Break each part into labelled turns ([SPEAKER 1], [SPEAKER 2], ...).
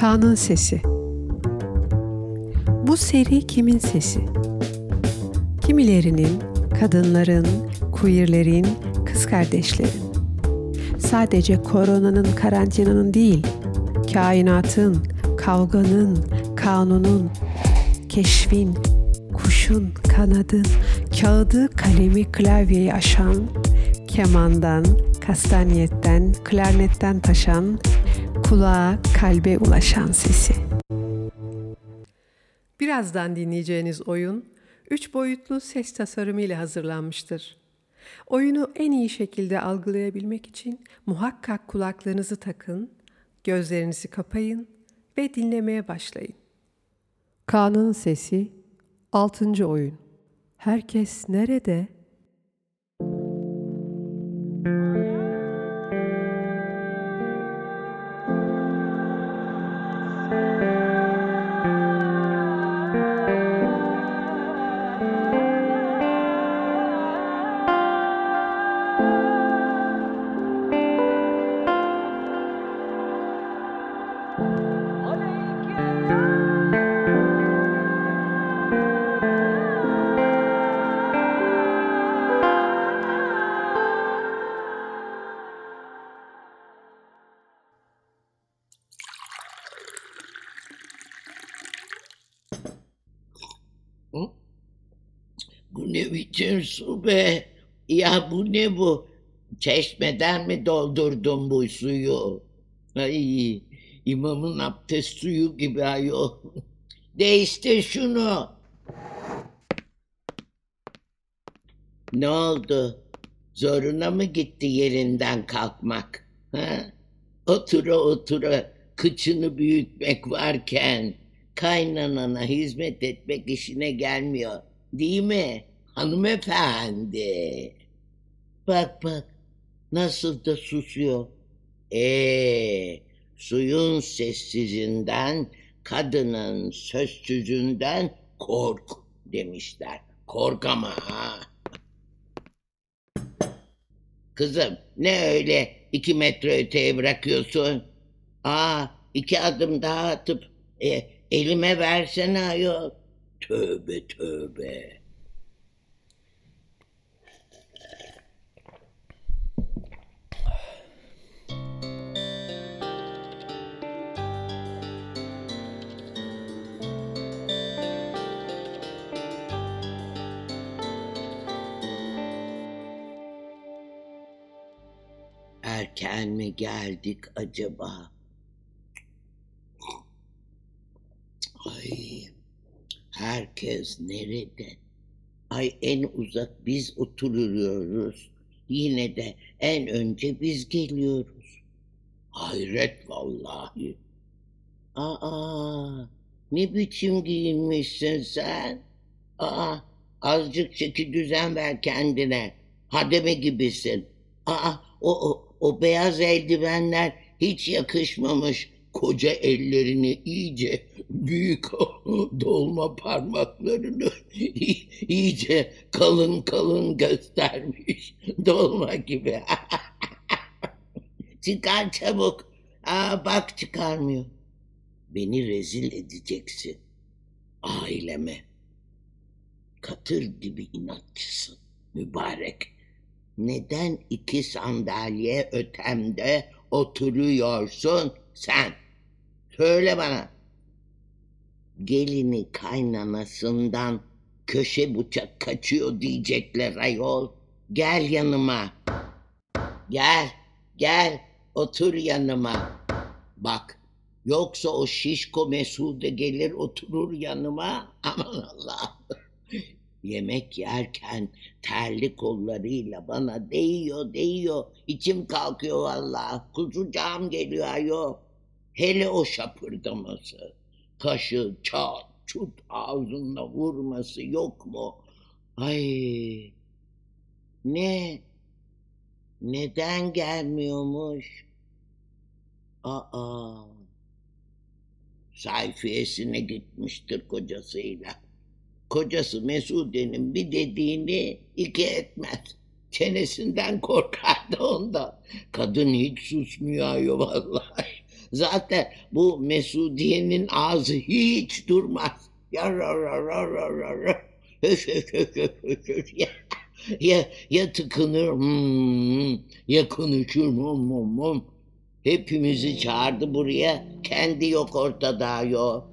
[SPEAKER 1] Kaan'ın sesi. Bu seri kimin sesi? Kimilerinin, kadınların, queerlerin, kız kardeşlerin. Sadece koronanın, karantinanın değil, kainatın, kavganın, kanunun, keşfin, kuşun, kanadın, kağıdı, kalemi, klavyeyi aşan, kemandan, kastanyetten, klarnetten taşan, kulağa, kalbe ulaşan sesi. Birazdan dinleyeceğiniz oyun, 3 boyutlu ses tasarımı ile hazırlanmıştır. Oyunu en iyi şekilde algılayabilmek için muhakkak kulaklarınızı takın, gözlerinizi kapayın ve dinlemeye başlayın. Kaan'ın sesi 6. oyun. Herkes nerede?
[SPEAKER 2] Bu ne biçim su be? Ya bu ne bu? Çeşmeden mi doldurdun bu suyu? Ay, imamın abdest suyu gibi ayol. Değiştir şunu. Ne oldu? Zoruna mı gitti yerinden kalkmak? Ha? Otura otura kıçını büyütmek varken kaynanana hizmet etmek işine gelmiyor. Değil mi hanımefendi? Bak bak nasıl da susuyor. Suyun sessizinden, kadının sözsüzünden kork demişler. Kork ama ha. Kızım ne öyle 2 metre öteye bırakıyorsun? 2 adım daha atıp elime versene ayol. Tövbe tövbe. Erken mi geldik acaba? Ay, herkes nerede? Ay en uzak biz oturuyoruz. Yine de en önce biz geliyoruz. Hayret vallahi. Ne biçim giyinmişsin sen? Azıcık çeki düzen ver kendine. Hademe gibisin. O beyaz eldivenler hiç yakışmamış. Koca ellerini iyice büyük dolma parmaklarını iyice kalın kalın göstermiş. Dolma gibi. Çıkar çabuk. Bak çıkarmıyor. Beni rezil edeceksin. Aileme. Katır gibi inatçısın mübarek. Neden 2 sandalye ötemde oturuyorsun sen? Söyle bana. Gelini kaynanasından köşe bıçak kaçıyor diyecekler ayol. Gel yanıma. Gel otur yanıma. Bak yoksa o şişko Mesude gelir oturur yanıma. Aman Allah. Yemek yerken terli kollarıyla bana değiyor. İçim kalkıyor vallahi. Kusacağım geliyor ayol. Hele o şapırdaması. Kaşı çat çut ağzına vurması yok mu? Ay ne? Neden gelmiyormuş? Sayfiyesine gitmiştir kocasıyla. Kocası Mesude'nin bir dediğini 2 etmez. Çenesinden korkar da ondan. Kadın hiç susmuyor vallahi. Zaten bu Mesudiye'nin ağzı hiç durmaz. Ya ra ra ra ra ra ra. Höş höş höş höş höş höş. Ya tıkınır ya konuşur mum. Hepimizi çağırdı buraya. Kendi yok ortada yok.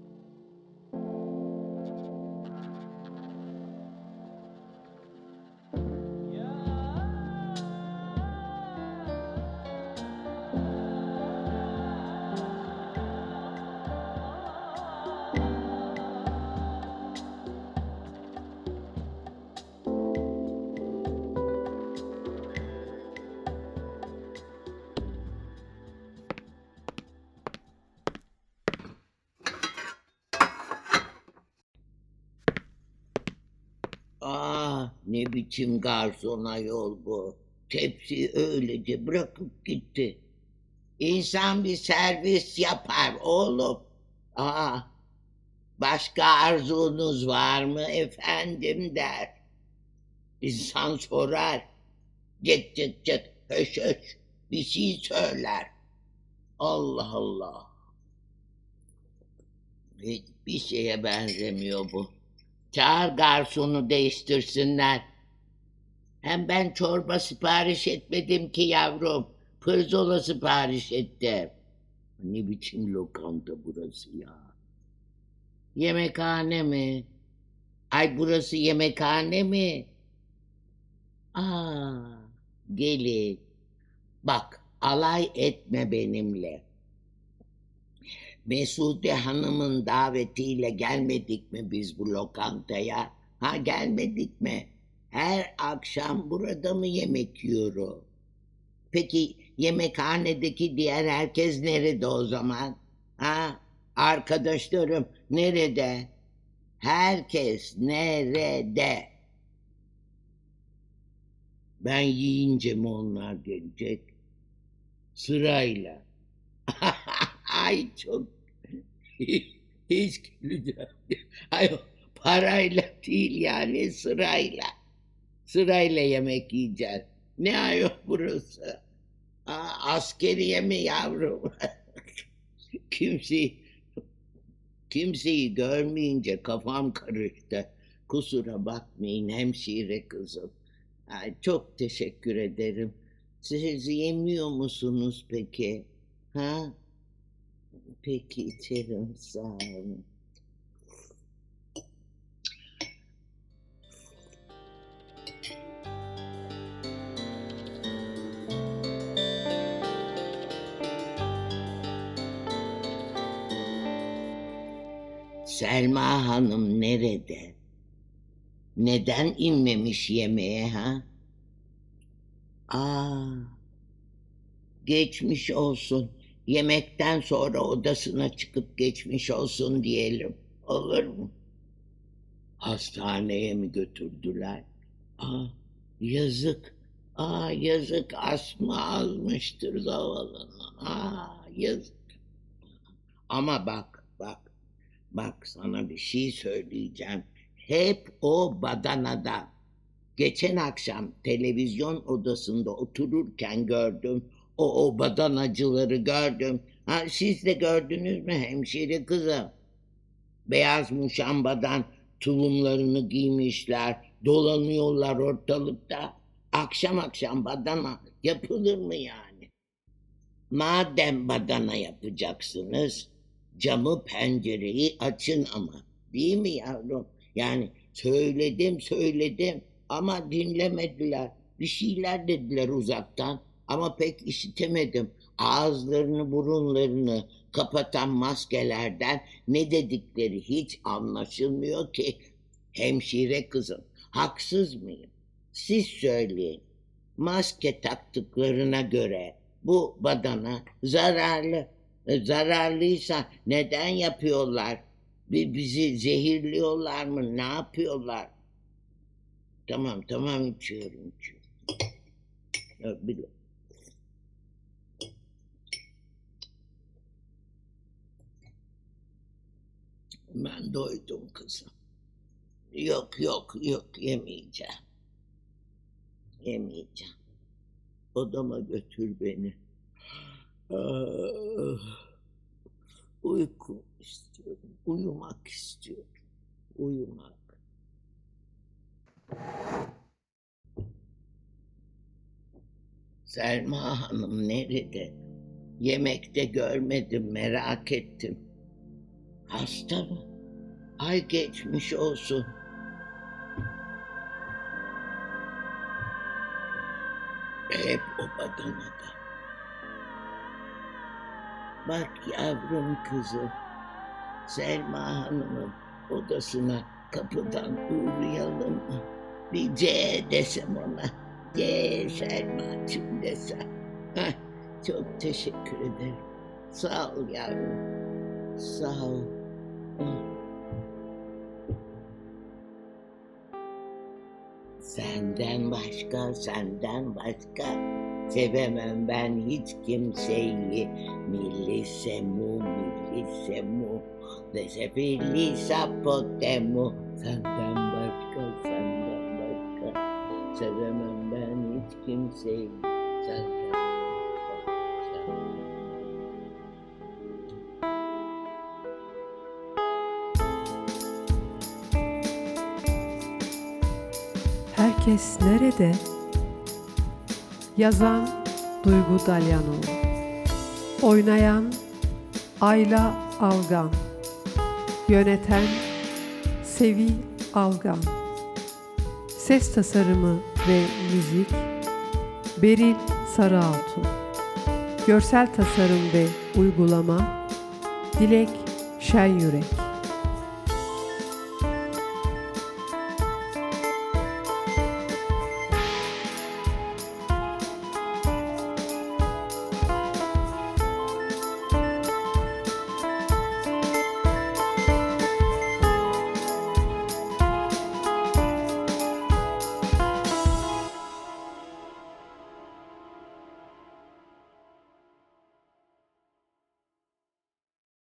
[SPEAKER 2] Ne biçim garson ayol bu. Tepsiyi öylece bırakıp gitti. İnsan bir servis yapar oğlum. Aa, başka arzunuz var mı efendim der. İnsan sorar. Cık cık cık höş höş bir şey söyler. Allah Allah. Hiçbir şeye benzemiyor bu. Çağır garsonu değiştirsinler. Hem ben çorba sipariş etmedim ki yavrum. Pirzola sipariş ettim. Ne biçim lokanta burası ya? Yemekhane mi? Ay burası yemekhane mi? Aa, gelin. Bak alay etme benimle. Mesude Hanım'ın davetiyle gelmedik mi biz bu lokantaya? Ha gelmedik mi? Her akşam burada mı yemek yiyoruz? Peki yemekhanedeki diğer herkes nerede o zaman? Ha? Arkadaşlarım nerede? Herkes nerede? Ben yiyince mi onlar gelecek? Sırayla. Ay çok hiç güleceğim. Ay parayla değil yani sırayla. Sırayla yemek yiyeceğiz. Ne ayol burası? Askeriye mi yavrum? Kimseyi, kimseyi görmeyince kafam karıştı. Kusura bakmayın hemşire kızım. Ay, çok teşekkür ederim. Siz yemiyor musunuz peki? Ha? Peki içerim sağ olun. Selma Hanım nerede? Neden inmemiş yemeğe ha? Aa, geçmiş olsun. Yemekten sonra odasına çıkıp geçmiş olsun diyelim. Olur mu? Hastaneye mi götürdüler? Aa, yazık. Yazık asma almıştır zavallının. Yazık. Ama bak sana bir şey söyleyeceğim. Hep o badanadan. Geçen akşam televizyon odasında otururken gördüm. O badanacıları gördüm. Ha, siz de gördünüz mü hemşire kızım? Beyaz muşambadan tulumlarını giymişler. Dolanıyorlar ortalıkta. Akşam akşam badana yapılır mı yani? Madem badana yapacaksınız, camı pencereyi açın ama. Değil mi yavrum? Yani söyledim ama dinlemediler. Bir şeyler dediler uzaktan ama pek işitemedim. Ağızlarını burunlarını kapatan maskelerden ne dedikleri hiç anlaşılmıyor ki. Hemşire kızım, haksız mıyım? Siz söyleyin. Maske taktıklarına göre bu badana zararlı. Zararlıysa neden yapıyorlar? Bizi zehirliyorlar mı? Ne yapıyorlar? Tamam içiyorum. Ya, ben doydum kızım. Yok yemeyeceğim. Yemeyeceğim. Odama götür beni. Ah, uyku istiyorum. Uyumak istiyorum. Uyumak. Selma Hanım nerede? Yemekte görmedim, merak ettim. Hasta mı? Ay geçmiş olsun. Hep o badanada. Bak yavrum kızı, Selma Hanım'ın odasına kapıdan uğrayalım mı? Bir C desem ona. C Selma'cığım desem. Heh, çok teşekkür ederim. Sağ ol yavrum. Sağ ol. Senden başka sevemem ben hiç kimseyi. Milli semu, desefilli sapotemu. Senden başka sevemem ben hiç kimseyi. Senden başka.
[SPEAKER 1] Herkes nerede? Yazan Duygu Dalyanoğlu. Oynayan Ayla Algan. Yöneten Sevil Algan. Ses tasarımı ve müzik Beril Sarıaltun. Görsel tasarım ve uygulama Dilek Şenyürek.